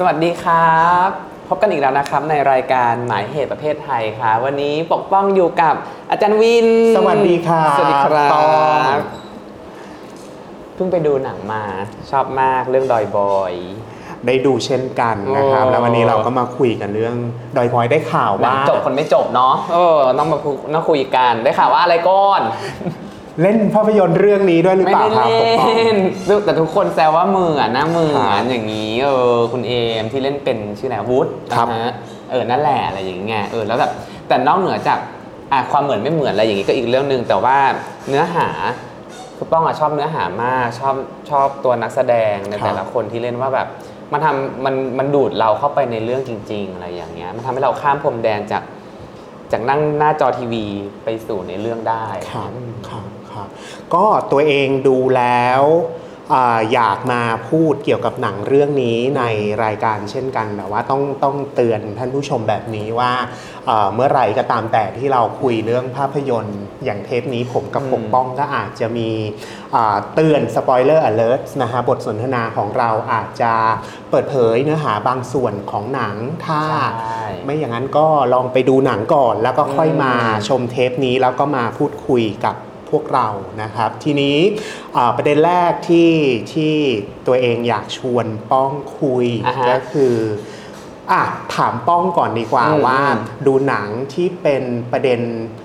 สวัสดีครับพบกันอีกแล้วนะครับในรายการหมายเหตุประเทศไทยค่ะวันนี้ปกป้องอยู่กับอาจารย์วินสวัสดีครับสวัสดีครับต้องเพิ่งไปดูหนังมาชอบมากเรื่องดอยบอยได้ดูเช่นกันนะครับแล้ววันนี้เราก็มาคุยกันเรื่องดอยบอยได้ข่าวว่าจบคนไม่จบเนาะต้องคุยกันได้ข่าวว่าอะไรก่อนเล่นภาพยนตร์เรื่องนี้ด้วยหรือเปล่าครับไม่ได้เล่นแต่ทุกคนแซวว่ามือหน้ามืออย่างนี้คุณเอมที่เล่นเป็นชื่ออะไรวุฒินะฮะนั่นแหละอะไรอย่างเงี้ยแล้วแบบแต่นอกเหนือจากความเหมือนไม่เหมือนอะไรอย่างงี้ก็อีกเรื่องนึงแต่ว่าเนื้อหาคือป้องชอบเนื้อหามากชอบตัวนักแสดงในแต่ละคนที่เล่นว่าแบบมันดูดเราเข้าไปในเรื่องจริงๆอะไรอย่างเงี้ยมันทำให้เราข้ามพรมแดนจากนั่งหน้าจอทีวีไปสู่ในเรื่องได้ครับก็ตัวเองดูแล้วอยากมาพูดเกี่ยวกับหนังเรื่องนี้ในรายการเช่นกันแต่ว่าต้องเตือนท่านผู้ชมแบบนี้ว่าเมื่อไหร่ก็ตามแต่ที่เราคุยเรื่องภาพยนตร์อย่างเทปนี้ผมกับปกป้องก็อาจจะมีเตือน spoiler alert นะฮะบทสนทนาของเราอาจจะเปิดเผยเนื้อหาบางส่วนของหนังถ้าไม่อย่างนั้นก็ลองไปดูหนังก่อนแล้วก็ค่อยมาชมเทปนี้แล้วก็มาพูดคุยกับพวกเรานะครับทีนี้ประเด็นแรกที่ตัวเองอยากชวนป้องคุยก็คือถามป้องก่อนดีกว่าว่าดูหนังที่เป็นประเด็น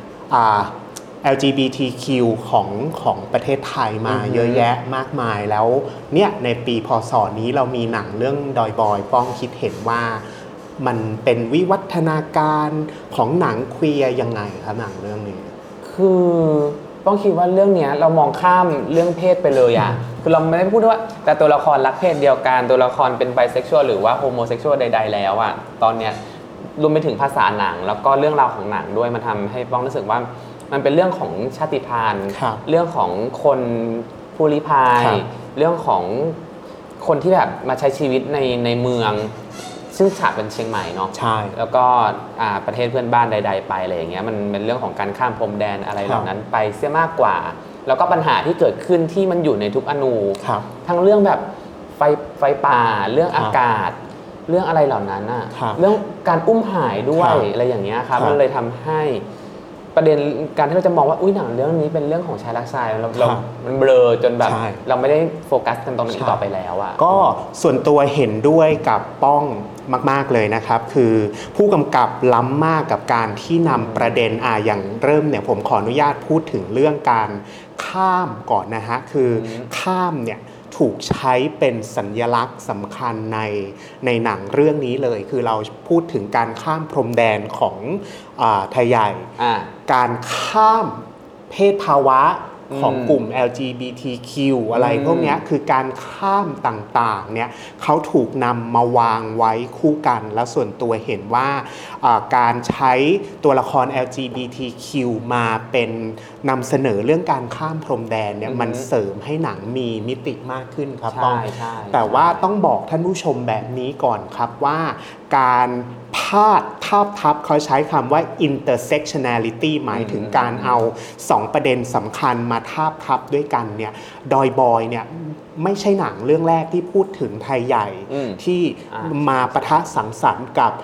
LGBTQ ของประเทศไทยมาเยอะแยะมากมายแล้วเนี่ยในปีพ.ศ.นี้เรามีหนังเรื่องดอยบอยป้องคิดเห็นว่ามันเป็นวิวัฒนาการของหนังเคลียร์ยังไงครับหนังเรื่องนี้คือต้องคิดว่าเรื่องนี้เรามองข้ามเรื่องเพศไปเลยคือเราไม่ได้พูดว่าแต่ตัวละครรักเพศเดียวกันตัวละครเป็นไบเซ็กชวลหรือว่าโฮโมเซ็กชวลใดๆแล้วตอนเนี้ยรวมไปถึงภาษาหนังแล้วก็เรื่องราวของหนังด้วยมันทำให้ป้องรู้สึกว่ามันเป็นเรื่องของชาติพันธุ์เรื่องของคนผู้ลี้ภัยเรื่องของคนที่แบบมาใช้ชีวิตในเมืองซึ่งฉากเป็นเชียงใหม่เนาะใช่แล้วก็ประเทศเพื่อนบ้านใดๆไปอะไรอย่างเงี้ยมันเป็นเรื่องของการข้ามพรมแดนอะไรเหล่านั้นไปเสียมากกว่าแล้วก็ปัญหาที่เกิดขึ้นที่มันอยู่ในทุกอนูทั้งเรื่องแบบไฟป่าเรื่องอากาศเรื่องอะไรเหล่านั้นเรื่องการอุ้มหายด้วยอะไรอย่างเงี้ยครับมันเลยทำให้ประเด็นการที่เราจะมองว่าหนังเรื่องนี้เป็นเรื่องของชายรักชายเรามันเบลอจนแบบเราไม่ได้โฟกัสกันตรงนี้ต่อไปแล้วก็ส่วนตัวเห็นด้วยกับป้องมากๆเลยนะครับคือผู้กำกับล้ำมากกับการที่นำประเด็นอย่างเริ่มเนี่ยผมขออนุญาตพูดถึงเรื่องการข้ามก่อนนะฮะคือข้ามเนี่ยถูกใช้เป็นสัญลักษณ์สำคัญในหนังเรื่องนี้เลยคือเราพูดถึงการข้ามพรมแดนของไทยใหญ่การข้ามเพศภาวะของกลุ่ม LGBTQ อะไรพวกนี้คือการข้ามต่างๆเนี่ยเขาถูกนำมาวางไว้คู่กันแล้วส่วนตัวเห็นว่าการใช้ตัวละคร LGBTQ มาเป็นนำเสนอเรื่องการข้ามพรมแดนเนี่ยมันเสริมให้หนังมีมิติมากขึ้นครับป้องแต่ว่าต้องบอกท่านผู้ชมแบบนี้ก่อนครับว่าการทาบทับเขาใช้คำว่า intersectionality หมายถึงการเอา2ประเด็นสำคัญมาทาบทับด้วยกันเนี่ยดอยบอยเนี่ยไม่ใช่หนังเรื่องแรกที่พูดถึงไทยใหญ่ที่มาปะทะสังสรรค์กับ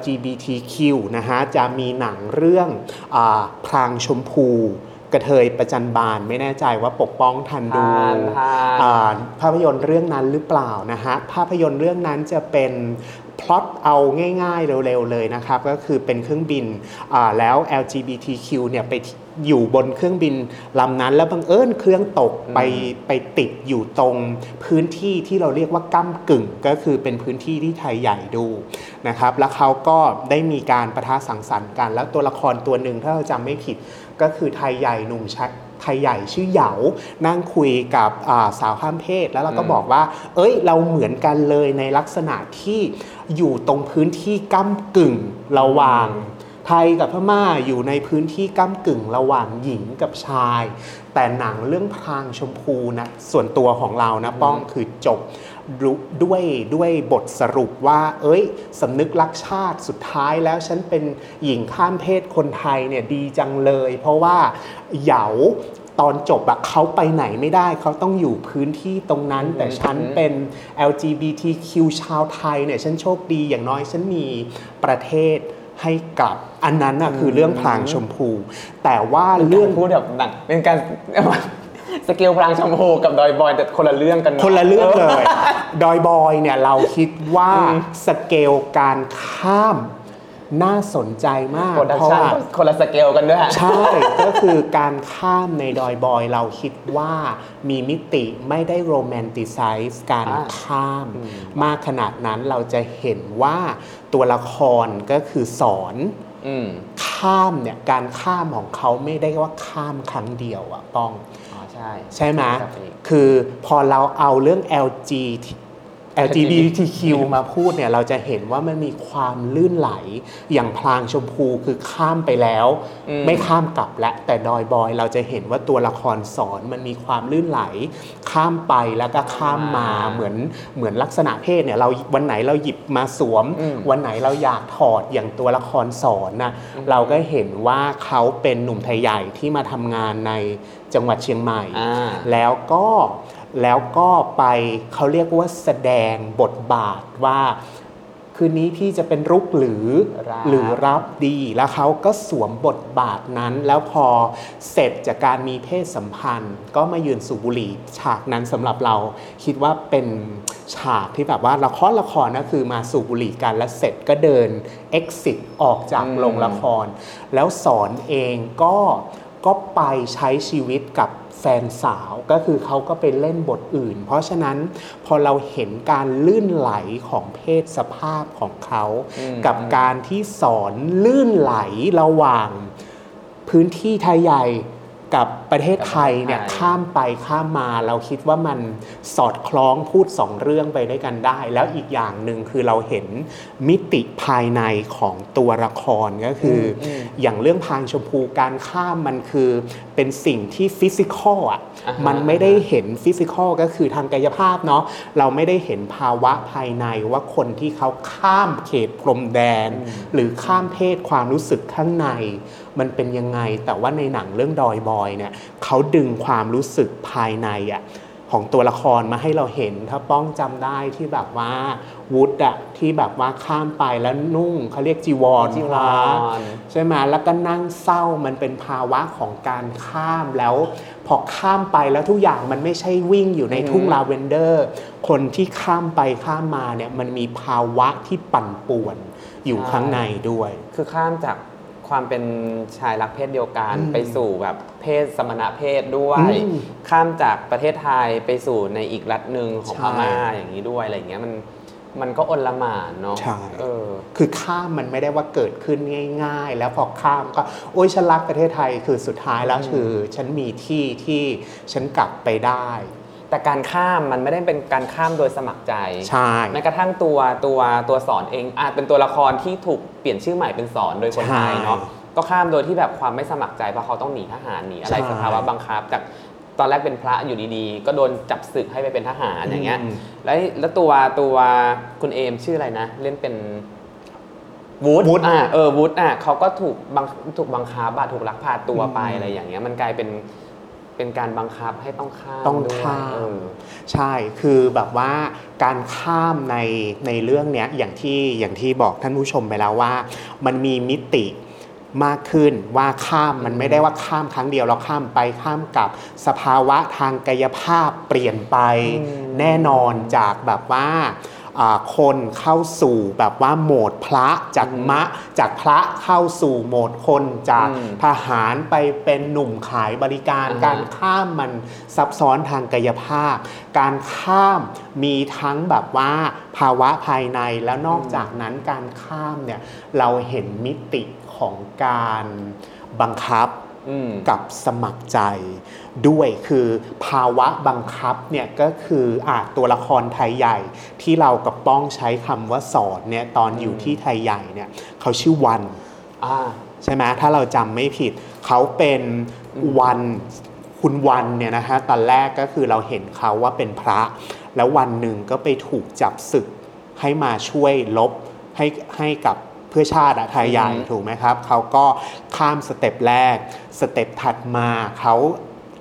LGBTQ นะฮะจะมีหนังเรื่องพรางชมพูกระเทยประจันบานไม่แน่ใจว่าปกป้องทันดูภาพยนตร์เรื่องนั้นหรือเปล่านะฮะภาพยนตร์เรื่องนั้นจะเป็นพล็อตเอาง่ายๆเร็วๆเลยนะครับก็คือเป็นเครื่องบินแล้ว LGBTQ เนี่ยไปอยู่บนเครื่องบินลำนั้นแล้วบังเอิญเครื่องตกไปติดอยู่ตรงพื้นที่ที่เราเรียกว่าก้ำกึ่งก็คือเป็นพื้นที่ที่ไทยใหญ่ดูนะครับแล้วเขาก็ได้มีการปะทะสังสรรค์กันแล้วตัวละครตัวหนึ่งถ้าเราจำไม่ผิดก็คือไทยใหญ่หนุ่มไทยใหญ่ชื่อเหยานั่งคุยกับสาวข้ามเพศแล้วเราก็บอกว่าเราเหมือนกันเลยในลักษณะที่อยู่ตรงพื้นที่ก้ำกึ่งระหว่างไทยกับพม่าอยู่ในพื้นที่ก้ำกึ่งระหว่างหญิงกับชายแต่หนังเรื่องพรางชมพูนะส่วนตัวของเรานะป้องคือจบด้วยบทสรุปว่าสำนึกรักชาติสุดท้ายแล้วฉันเป็นหญิงข้ามเพศคนไทยเนี่ยดีจังเลยเพราะว่าเหยาตอนจบอะเขาไปไหนไม่ได้เขาต้องอยู่พื้นที่ตรงนั้นแต่ฉันเป็น LGBTQ ชาวไทยเนี่ยฉันโชคดีอย่างน้อยฉันมีประเทศให้กลับอันนั้นน่ะคือเรื่องพลางชมพูแต่ว่าเรื่องพูดแบบหนักเป็นการสเกลพลางชมพูกับดอยบอยแต่คนละเรื่องกันคนละเรื่องเลยดอยบอยเนี่ยเราคิดว่าสเกลการข้ามน่าสนใจมากเพราะว่าคนละสเกลกันด้วยใช่ก็คือการข้ามในดอยบอยเราคิดว่ามีมิติไม่ได้โรแมนติไซส์การข้ามมากขนาดนั้นเราจะเห็นว่าตัวละครก็คือสอนข้ามเนี่ยการข้ามของเขาไม่ได้ว่าข้ามครั้งเดียวอะป้องใช่ไหมคือพอเราเอาเรื่อง LGBTQ มาพูดเนี่ยเราจะเห็นว่ามันมีความลื่นไหลอย่างพลางชมพูคือข้ามไปแล้วไม่ข้ามกลับและแต่ดอยบอยเราจะเห็นว่าตัวละครสอนมันมีความลื่นไหลข้ามไปแล้วก็ข้ามมาเหมือนลักษณะเพศเนี่ยเราวันไหนเราหยิบมาสวมวันไหนเราอยากถอดอย่างตัวละครสอนนะเราก็เห็นว่าเขาเป็นหนุ่มไทยใหญ่ที่มาทำงานในจังหวัดเชียงใหม่แล้วก็ไปเขาเรียกว่าแสดงบทบาทว่าคืนนี้พี่จะเป็นรุกหรือรับดีแล้วเขาก็สวมบทบาทนั้นแล้วพอเสร็จจากการมีเพศสัมพันธ์ก็มายืนสูบบุหรี่ฉากนั้นสำหรับเราคิดว่าเป็นฉากที่แบบว่าละครนะคือมาสูบบุหรี่กันแล้วเสร็จก็เดิน exit ออกจากโรงละครแล้วสอนเองก็ไปใช้ชีวิตกับแฟนสาวก็คือเขาก็ไปเล่นบทอื่นเพราะฉะนั้นพอเราเห็นการลื่นไหลของเพศสภาพของเขากับการที่สอนลื่นไหลระหว่างพื้นที่ไทยใหญ่กับประเทศไทยเนี่ยข้ามไปข้ามมาเราคิดว่ามันสอดคล้องพูดสองเรื่องไปด้วยกันได้แล้วอีกอย่างหนึ่งคือเราเห็นมิติภายในของตัวละครก็คืออย่างเรื่องพางชมพูการข้ามมันคือเป็นสิ่งที่ฟิสิกอลอ่ะมันไม่ได้เห็นฟิสิกอลก็คือทางกายภาพเนาะเราไม่ได้เห็นภาวะภายในว่าคนที่เขาข้ามเขตพรมแดนหรือข้ามเพศความรู้สึกข้างในมันเป็นยังไงแต่ว่าในหนังเรื่องดอยบอยเนี่ยเขาดึงความรู้สึกภายในของตัวละครมาให้เราเห็นถ้าป้องจำได้ที่แบบว่าวุฒที่แบบว่าข้ามไปแล้วนุ่งเขาเรียกจีวรใช่ไหมแล้วก็นั่งเศร้ามันเป็นภาวะของการข้ามแล้วพอข้ามไปแล้วทุกอย่างมันไม่ใช่วิ่งอยู่ในทุ่งลาเวนเดอร์คนที่ข้ามไปข้ามมาเนี่ยมันมีภาวะที่ปั่นป่วนอยู่ข้างในด้วยคือข้ามจากความเป็นชายรักเพศเดียวกันไปสู่แบบเพศสมณเพศด้วยข้ามจากประเทศไทยไปสู่ในอีกรัฐหนึ่งของพม่าอย่างนี้ด้วยอะไรอย่างเงี้ยมันก็อลหม่านเนาะใช่คือข้ามมันไม่ได้ว่าเกิดขึ้นง่ายๆแล้วพอข้ามก็โอ๊ยฉันรักประเทศไทยคือสุดท้ายแล้วคือฉันมีที่ฉันกลับไปได้แต่การข้ามมันไม่ได้เป็นการข้ามโดยสมัครใจใช่แม้กระทั่งตัวสอนเองอาจเป็นตัวละครที่ถูกเปลี่ยนชื่อใหม่เป็นสอนโดยคนไทยเนาะก็ข้ามโดยที่แบบความไม่สมัครใจเพราะเขาต้องหนีทหารหนีอะไรสภาวะบังคับจากตอนแรกเป็นพระอยู่ดีๆก็โดนจับศึกให้ไปเป็นทหารอย่างเงี้ยแล้วตัวคุณเอมชื่ออะไรนะเล่นเป็นวูดวูดเขาก็ถูกบังคับถูกลักพาตัวไปอะไรอย่างเงี้ยมันกลายเป็นการบังคับให้ต้องข้ามใช่คือแบบว่าการข้ามในเรื่องเนี้ยอย่างที่บอกท่านผู้ชมไปแล้วว่ามันมีมิติมากขึ้นว่าข้ามมันไม่ได้ว่าข้ามครั้งเดียวเราข้ามไปข้ามกับสภาวะทางกายภาพเปลี่ยนไปแน่นอนจากแบบว่าคนเข้าสู่แบบว่าโหมดพระจากพระเข้าสู่โหมดคนจากทหารไปเป็นหนุ่มขายบริการการข้ามมันซับซ้อนทางกายภาพการข้ามมีทั้งแบบว่าภาวะภายในแล้วนอกจากนั้นการข้ามเนี่ยเราเห็นมิติของการบังคับกับสมัครใจด้วยคือภาวะบังคับเนี่ยก็คือตัวละครไทยใหญ่ที่เรากับป้องใช้คำว่าสอนเนี่ยตอนอยู่ที่ไทยใหญ่เนี่ยเขาชื่อวันใช่ไหมถ้าเราจำไม่ผิดเขาเป็นวันคุณวันเนี่ยนะฮะตอนแรกก็คือเราเห็นเขาว่าเป็นพระแล้ววันหนึ่งก็ไปถูกจับศึกให้มาช่วยลบให้กับเพื่อชาติไทยใหญ่ถูกไหมครับเขาก็ข้ามสเต็ปแรกสเต็ปถัดมาเขา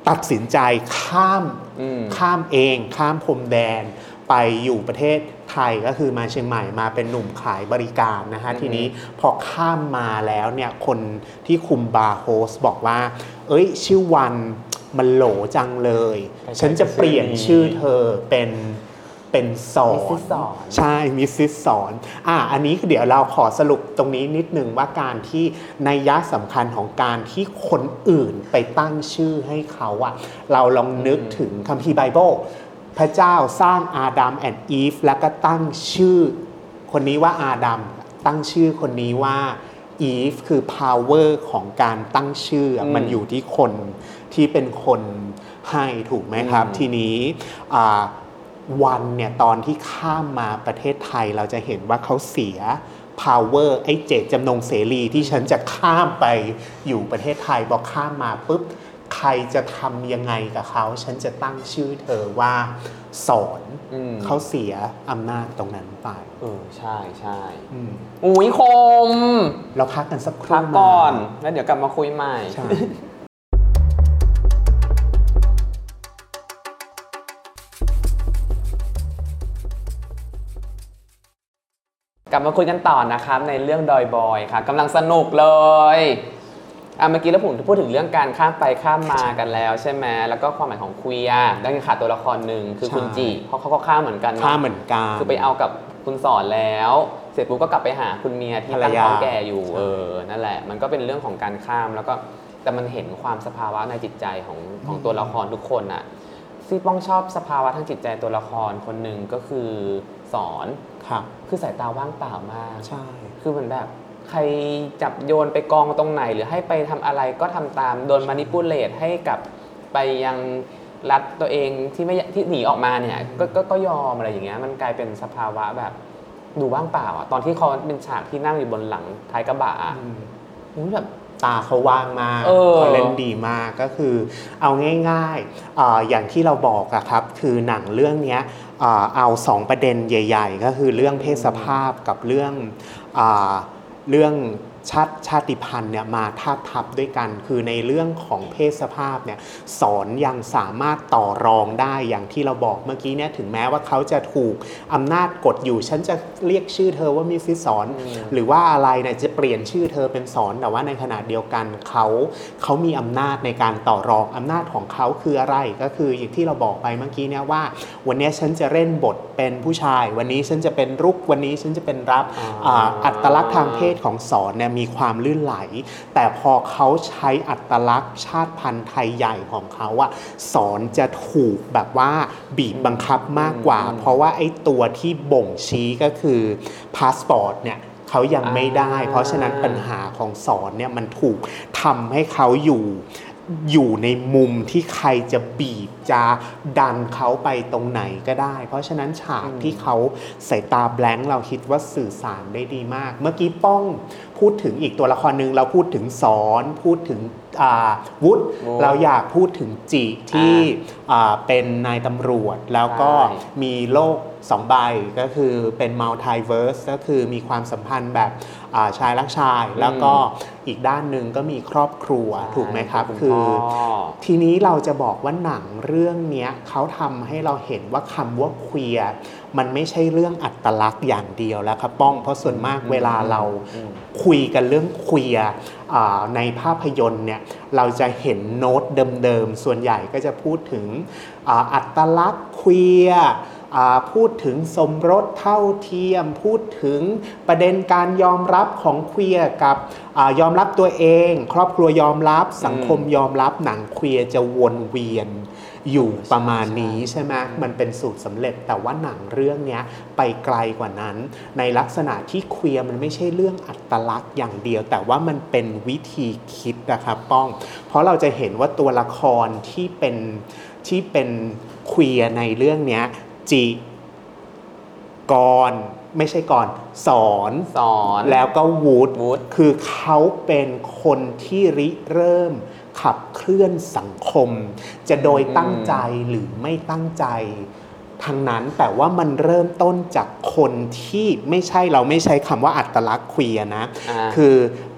ตัดสินใจข้ามข้ามพรมแดนไปอยู่ประเทศไทยก็คือมาเชียงใหม่มาเป็นหนุ่มขายบริการนะฮะทีนี้พอข้ามมาแล้วเนี่ยคนที่คุมบาร์โฮสบอกว่าเอ้ยชื่อวันมันโหลจังเลยฉันจะเปลี่ยนชื่อเธอเป็นสอนใช่มิสซิสสอนอันนี้เดี๋ยวเราขอสรุปตรงนี้นิดนึงว่าการที่นัยยะสำคัญของการที่คนอื่นไปตั้งชื่อให้เขาเราลองนึกถึงคัมภีร์ไบเบิลพระเจ้าสร้างอาดัมแอนด์อีฟแล้วก็ตั้งชื่อคนนี้ว่าอาดัมตั้งชื่อคนนี้ว่าอีฟคือ power ของการตั้งชื่อมันอยู่ที่คนที่เป็นคนให้ถูกไหมครับทีนี้วันเนี่ยตอนที่ข้ามมาประเทศไทยเราจะเห็นว่าเขาเสีย power ไอ้เจตจำนงเสรีที่ฉันจะข้ามไปอยู่ประเทศไทยพอข้ามมาปุ๊บใครจะทำยังไงกับเขาฉันจะตั้งชื่อเธอว่าสอนเขาเสียอำนาจตรงนั้นไปใช่ใช่อุ้ยคมเราพักกันสักครู่พักก่อนแล้วเดี๋ยวกลับมาคุยใหม่กลับมาคุยกันต่อนะครับในเรื่องดอยบอยค่ะกำลังสนุกเลยเมื่อกี้แล้วผมพูดถึงเรื่องการข้ามไปข้ามมากันแล้วใช่ไหมแล้วก็ความหมายของควียร์ดังนั้นขาดตัวละครหนึ่งคือคุณจิเพราะเขาก็ข้ามเหมือนกันข้ามเหมือนกันคือไปเอากับคุณสอนแล้วเสร็จปุ๊บก็กลับไปหาคุณเมียที่ตั้งท้องแก่อยู่นั่นแหละมันก็เป็นเรื่องของการข้ามแล้วก็แต่มันเห็นความสภาวะในจิตใจของตัวละครทุกคนน่ะซี่ป้องชอบสภาวะทางจิตใจตัวละครคนหนึ่งก็คือสอนคือสายตาว่างเปล่ามากใช่คือเหมือนแบบใครจับโยนไปกองตรงไหนหรือให้ไปทำอะไรก็ทำตามโดนมานิปูเลตให้กับไปยังรัฐตัวเองที่หนีออกมาเนี่ยก็ยอมอะไรอย่างเงี้ยมันกลายเป็นสภาวะแบบดูว่างเปล่าตอนที่เขาเป็นฉากที่นั่งอยู่บนหลังท้ายกระบะแบบตาเขาว่างมากเขาเล่นดีมากก็คือเอาง่ายๆอย่างที่เราบอกครับคือหนังเรื่องนี้เอา2ประเด็นใหญ่ๆก็คือเรื่องเพศสภาพกับเรื่องชาติพันธุ์เนี่ยมาทับด้วยกันคือในเรื่องของเพศสภาพเนี่ยสอนยังสามารถต่อรองได้อย่างที่เราบอกเมื่อกี้เนี่ยถึงแม้ว่าเขาจะถูกอำนาจกดอยู่ฉันจะเรียกชื่อเธอว่ามิสซิสสอนหรือว่าอะไรเนี่ยจะเปลี่ยนชื่อเธอเป็นสอนแต่ว่าในขณะเดียวกันเขามีอำนาจในการต่อรองอำนาจของเขาคืออะไรก็คืออย่างที่เราบอกไปเมื่อกี้เนี่ยว่าวันนี้ฉันจะเล่นบทเป็นผู้ชายวันนี้ฉันจะเป็นรุกวันนี้ฉันจะเป็นรับอัตลักษณ์ทางเพศของสอนเนี่ยมีความลื่นไหลแต่พอเขาใช้อัตลักษณ์ชาติพันธุ์ไทยใหญ่ของเขาสอนจะถูกแบบว่าบีบบังคับมากกว่าเพราะว่าไอ้ตัวที่บ่งชี้ก็คือพาสปอร์ตเนี่ยเขายังไม่ได้เพราะฉะนั้นปัญหาของสอนเนี่ยมันถูกทำให้เขาอยู่ในมุมที่ใครจะบีบจะดันเขาไปตรงไหนก็ได้เพราะฉะนั้นฉากที่เขาสายตาแบลงค์เราคิดว่าสื่อสารได้ดีมากเมื่อกี้ป้องพูดถึงอีกตัวละครหนึ่งเราพูดถึงสอนพูดถึงวุฒิเราอยากพูดถึงจิที่เป็นนายตำรวจแล้วก็มีโลก2ใบก็คือเป็นมัลติเวิร์สก็คือมีความสัมพันธ์แบบชายรักชายแล้วก็อีกด้านหนึ่งก็มีครอบครัวถูกไหมครับคือทีนี้เราจะบอกว่าหนังเรื่องนี้เขาทำให้เราเห็นว่าคำว่าเคลียร์มันไม่ใช่เรื่องอัตลักษณ์อย่างเดียวแล้วครับป้องเพราะส่วนมากเวลาเราคุยกันเรื่องเคลียร์ในภาพยนตร์เนี่ยเราจะเห็นโน้ตเดิมๆส่วนใหญ่ก็จะพูดถึงอัตลักษณ์เคลียร์พูดถึงสมรสเท่าเทียมพูดถึงประเด็นการยอมรับของเคลียร์กับยอมรับตัวเองครอบครัวยอมรับสังคมยอมรับหนังเคลียร์จะวนเวียนอยู่ประมาณนี้ใช่ไหมมันเป็นสูตรสำเร็จแต่ว่าหนังเรื่องนี้ไปไกลกว่านั้นในลักษณะที่เคลียร์มันไม่ใช่เรื่องอัตลักษณ์อย่างเดียวแต่ว่ามันเป็นวิธีคิดนะครับป้องเพราะเราจะเห็นว่าตัวละครที่เป็นเคลียร์ในเรื่องนี้จิกรไม่ใช่ก่อนสอนแล้วก็วูดคือเขาเป็นคนที่ริเริ่มขับเคลื่อนสังคมจะโดยตั้งใจหรือไม่ตั้งใจทั้งนั้นแต่ว่ามันเริ่มต้นจากคนที่ไม่ใช่เราไม่ใช้คำว่าอัตลักษณ์เคลียร์นะคือ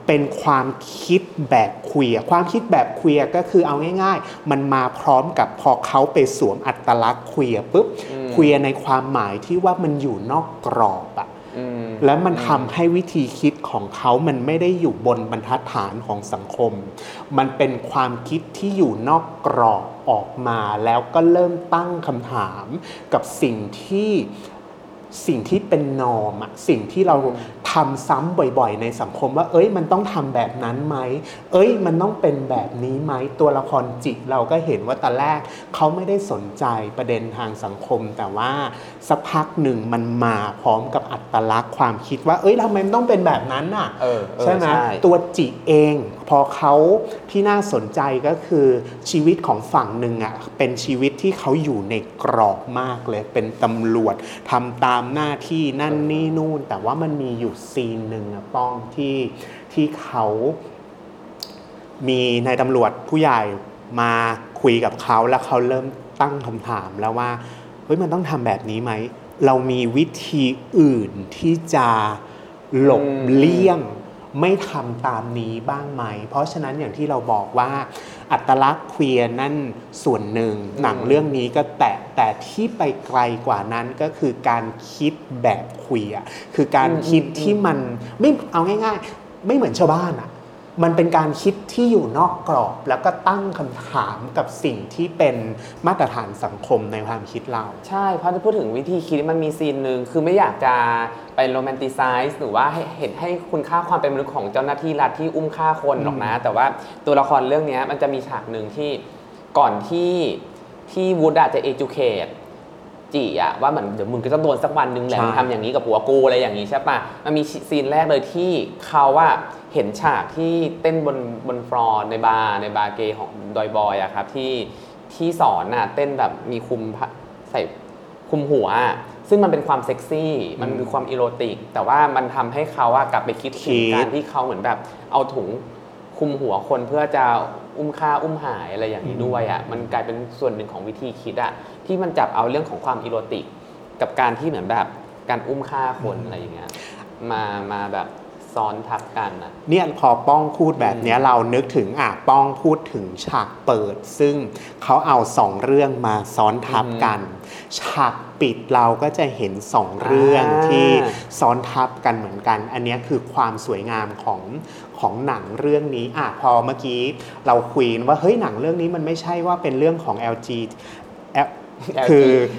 เป็นความคิดแบบเควียร์ความคิดแบบเควียร์ก็คือเอาง่ายๆมันมาพร้อมกับพอเขาไปสวมอัตลักษณ์เควียร์ปุ๊บเควียร์ในความหมายที่ว่ามันอยู่นอกกรอบอะแล้วมันทำให้วิธีคิดของเขามันไม่ได้อยู่บนบรรทัดฐานของสังคมมันเป็นความคิดที่อยู่นอกกรอบออกมาแล้วก็เริ่มตั้งคำถามกับสิ่งที่เป็นนอร์มอะสิ่งที่เราทำซ้ำบ่อยๆในสังคมว่ามันต้องทำแบบนั้นไหมมันต้องเป็นแบบนี้ไหมตัวละครจิเราก็เห็นว่าตอนแรกเขาไม่ได้สนใจประเด็นทางสังคมแต่ว่าสักพักหนึ่งมันมาพร้อมกับอัตลักษณ์ความคิดว่าทำไมมันต้องเป็นแบบนั้นน่ะใช่ไหมตัวจิเองพอเขาที่น่าสนใจก็คือชีวิตของฝั่งหนึ่งอ่ะเป็นชีวิตที่เขาอยู่ในกรอบมากเลยเป็นตำรวจทำตามหน้าที่นั่นนี่นู่นแต่ว่ามันมีอยู่ซีนหนึ่งอะป้องที่เขามีนายตำรวจผู้ใหญ่มาคุยกับเขาแล้วเขาเริ่มตั้งคำถามแล้วว่ามันต้องทำแบบนี้ไหมเรามีวิธีอื่นที่จะหลบเลี่ยงไม่ทำตามนี้บ้างไหมเพราะฉะนั้นอย่างที่เราบอกว่าอัตลักษณ์เควียร์นั่นส่วนหนึ่งหนังเรื่องนี้ก็แต่ที่ไปไกลกว่านั้นก็คือการคิดแบบเควียร์คือการคิดที่มันไม่เอาง่ายๆไม่เหมือนชาวบ้านอ่ะมันเป็นการคิดที่อยู่นอกกรอบแล้วก็ตั้งคำถามกับสิ่งที่เป็นมาตรฐานสังคมในความคิดเราใช่เพราะจะพูดถึงวิธีคิดมันมีซีนหนึ่งคือไม่อยากจะไปโรแมนติไซส์หรือว่าให้คุณค่าความเป็นมนุษย์ของเจ้าหน้าที่รัฐที่อุ้มฆ่าคนหรอกนะแต่ว่าตัวละครเรื่องนี้มันจะมีฉากหนึ่งที่ก่อนที่วูดจะ educate จีอะว่าเหมือนเดี๋ยวมึงก็ต้องโดนสักวันนึงแหละมึงทำอย่างนี้กับผัวกูอะไรอย่างนี้ใช่ปะมันมีซีนแรกเลยที่เขาว่าเห็นฉากที่เต้นบนฟลอร์ในบาร์เกย์ของดอยบอยอะครับที่สอนน่ะเต้นแบบมีใส่คุมหัวซึ่งมันเป็นความเซ็กซี่มันมีความอีโรติกแต่ว่ามันทำให้เขาอะกลับไปคิดถึงการที่เขาเหมือนแบบเอาถุงคุมหัวคนเพื่อจะอุ้มฆ่าอุ้มหายอะไรอย่างนี้ด้วยอะมันกลายเป็นส่วนหนึ่งของวิธีคิดอะที่มันจับเอาเรื่องของความอีโรติกกับการที่เหมือนแบบการอุ้มฆ่าคนอะไรอย่างเงี้ยมาแบบซ้อนทับกันนะเนี่ยพอป้องพูดแบบนี้เรานึกถึงป้องพูดถึงฉากเปิดซึ่งเขาเอา2เรื่องมาซ้อนทับกันฉากปิดเราก็จะเห็น2เรื่องที่ซ้อนทับกันเหมือนกันอันนี้คือความสวยงามของหนังเรื่องนี้พอเมื่อกี้เราคุยว่าเฮ้ยหนังเรื่องนี้มันไม่ใช่ว่าเป็นเรื่องของ คือ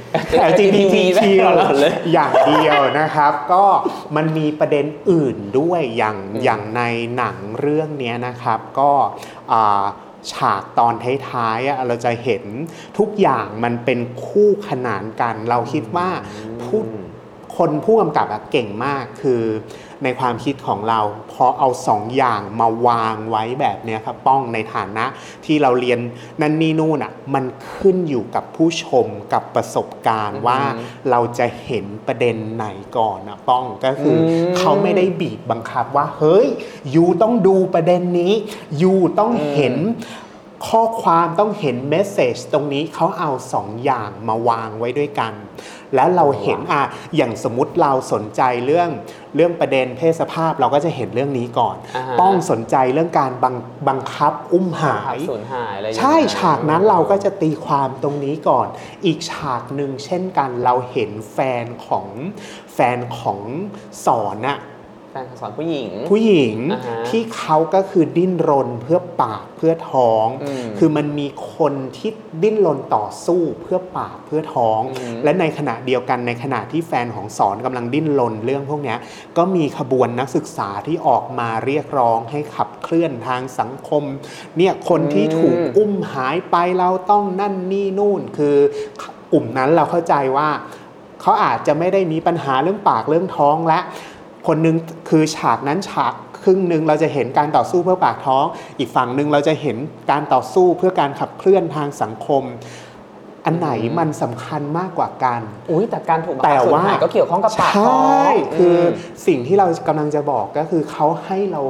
LGBTQ อย่างเดียวนะครับก็มันมีประเด็นอื่นด้วยอย่างในหนังเรื่องนี้นะครับก็ฉากตอนท้ายๆเราจะเห็นทุกอย่างมันเป็นคู่ขนานกันเราคิดว่าผู้กำกับเก่งมากคือในความคิดของเราพอเอา2อย่างมาวางไว้แบบนี้ครับป้องในฐานะที่เราเรียนนั่นนี่นู่นมันขึ้นอยู่กับผู้ชมกับประสบการณ์ว่าเราจะเห็นประเด็นไหนก่อนป้องก็คือเขาไม่ได้บีบบังคับว่าเฮ้ยยูต้องดูประเด็นนี้ยูต้องเห็นข้อความต้องเห็นเมสเสจตรงนี้เขาเอา2อย่างมาวางไว้ด้วยกันแล้วเราเห็นอย่างสมมุติเราสนใจเรื่องประเด็นเพศสภาพเราก็จะเห็นเรื่องนี้ก่อนต้องสนใจเรื่องการบังคับอุ้มหายใช่ฉากนั้นเราก็จะตีความตรงนี้ก่อนอีกฉากหนึ่งเช่นกันเราเห็นแฟนของสอนแฟนสอนผู้หญิงที่เขาก็คือดิ้นรนเพื่อปากเพื่อท้องคือมันมีคนที่ดิ้นรนต่อสู้เพื่อปากเพื่อท้องและในขณะเดียวกันในขณะที่แฟนของสอนกำลังดิ้นรนเรื่องพวกนี้ก็มีขบวนนักศึกษาที่ออกมาเรียกร้องให้ขับเคลื่อนทางสังคมเนี่ยคนที่ถูกอุ้มหายไปเราต้องนั่นนี่นู่นคือกลุ่มนั้นเราเข้าใจว่าเขาอาจจะไม่ได้มีปัญหาเรื่องปากเรื่องท้องและคนนึงคือฉากนั้นฉากครึ่งนึงเราจะเห็นการต่อสู้เพื่อปากท้องอีกฝั่งนึงเราจะเห็นการต่อสู้เพื่อการขับเคลื่อนทางสังคมอันไหนมันสำคัญมากกว่ากันแต่การถูกบังคับสุดท้ายก็เกี่ยวข้องกับปากท้องใช่คือสิ่งที่เรากำลังจะบอกก็คือเขาให้เรา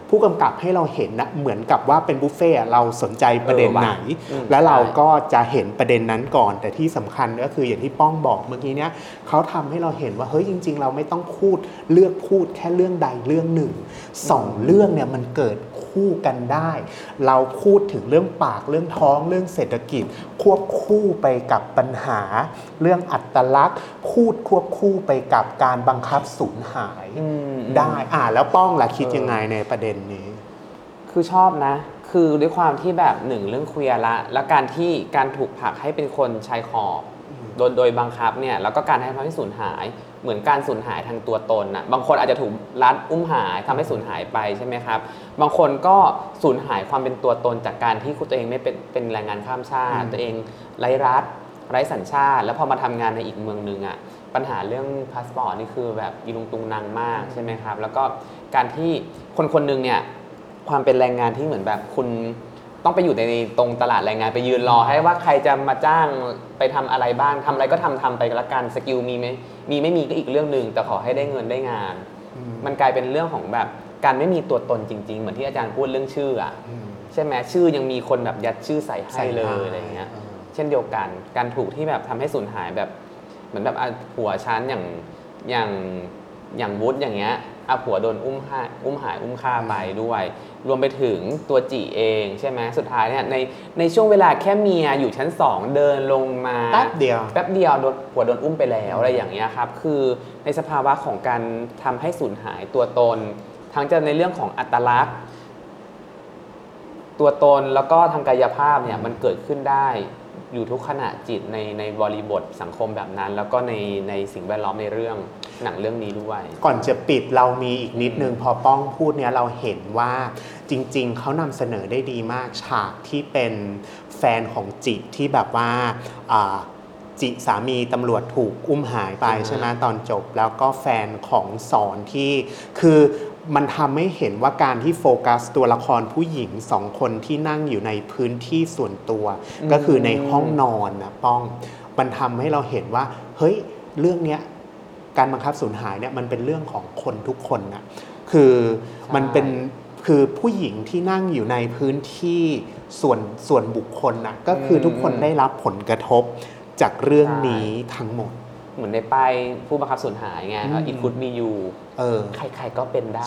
ผู้กำกับให้เราเห็นนะเหมือนกับว่าเป็นบุฟเฟ่เราสนใจประเด็นไหนแล้วเราก็จะเห็นประเด็นนั้นก่อนแต่ที่สำคัญก็คืออย่างที่ป้องบอกเมื่อกี้เนี้ยเขาทำให้เราเห็นว่าเฮ้ยจริงๆเราไม่ต้องเลือกพูดแค่เรื่องใดเรื่องหนึ่ง2เรื่องเนี่ยมันเกิดคู่กันได้ เราพูดถึงเรื่องปากเรื่องท้องเรื่องเศรษฐกิจควบคู่ไปกับปัญหาเรื่องอัตลักษณ์พูดควบคู่ไปกับการบังคับสูญหายได้แล้วป้องล่ะคิดยังไงในประเด็นนี้คือชอบนะคือด้วยความที่แบบหนึ่งเรื่องเคลียร์ละแล้วการถูกผลักให้เป็นคนชายขอบโดยบังคับเนี่ยแล้วก็การให้ทำให้สูญหายเหมือนการสูญหายทางตัวตนน่ะบางคนอาจจะถูกรัดอุ้มหายทำให้สูญหายไปใช่ไหมครับบางคนก็สูญหายความเป็นตัวตนจากการที่ตัวเองไม่เป็นแรงงานข้ามชาติตัวเองไร้รัฐไร้สัญชาติแล้วพอมาทำงานในอีกเมืองนึงอ่ะปัญหาเรื่องพาสปอร์ตนี่คือแบบอีลุงตุงนางมากใช่ไหมครับแล้วก็การที่คนนึงเนี่ยความเป็นแรงงานที่เหมือนแบบคุณต้องไปอยู่ในตรงตลาดแรงงานไปยืนรอให้ว่าใครจะมาจ้างไปทำอะไรบ้างทำอะไรก็ทำไปละกันสกิลมีไหมมีไม่มีก็อีกเรื่องนึงแต่ขอให้ได้เงินได้งานมันกลายเป็นเรื่องของแบบการไม่มีตัวตนจริงๆเหมือนที่อาจารย์พูดเรื่องชื่ออ่ะใช่ไหมชื่อยังมีคนแบบยัดชื่อใส่ให้เลยอะไรอย่างเงี้ยเช่นเดียวกันการถูกที่แบบทำให้สูญหายแบบเหมือนแบบผัวชั้นอย่างวุฒิอย่างเงี้ยผัวโดนอุ้มหายอุ้มฆ่าไปด้วยรวมไปถึงตัวจีเองใช่ไหมสุดท้ายเนี่ยในช่วงเวลาแค่เมียอยู่ชั้น2เดินลงมาแป๊บเดียวผัวโดนอุ้มไปแล้วอะไรอย่างเงี้ยครับคือในสภาวะของการทำให้สูญหายตัวตนทั้งจะในเรื่องของอัตลักษณ์ตัวตนแล้วก็ทางกายภาพเนี่ยมันเกิดขึ้นได้อยู่ทุกขณะจิตในบริบทสังคมแบบนั้นแล้วก็ในสิ่งแวดล้อมในเรื่องหนังเรื่องนี้ด้วยก่อนจะปิดเรามีอีกนิดนึงพอป้องพูดเนี่ยเราเห็นว่าจริงๆเขานำเสนอได้ดีมากฉากที่เป็นแฟนของจิที่แบบว่าจิสามีตำรวจถูกอุ้มหายไปใช่ไหมตอนจบแล้วก็แฟนของสอนที่คือมันทำให้เห็นว่าการที่โฟกัสตัวละครผู้หญิง2คนที่นั่งอยู่ในพื้นที่ส่วนตัวก็คือในห้องนอนนะป้องมันทำให้เราเห็นว่าเฮ้ยเรื่องเนี้ยการบังคับสูญหายเนี่ยมันเป็นเรื่องของคนทุกคนนะคือมันเป็นคือผู้หญิงที่นั่งอยู่ในพื้นที่ส่วนบุคคลนะก็คือทุกคนได้รับผลกระทบจากเรื่องนี้ทั้งหมดเหมือนในป้ายผู้บังคับสูญหายไงอินคุดมีอยู่ใครๆก็เป็นได้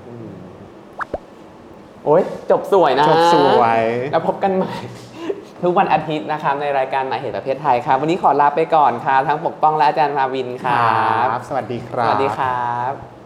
โอ๊ยจบสวยนะจบสวยแล้วพบกันใหม่ทุกวันอาทิตย์นะครับในรายการหมายเหตุประเภทไทยครับวันนี้ขอลาไปก่อนครับทั้งปกป้องและอาจารย์มาวินครับสวัสดีครับสวัสดีครับ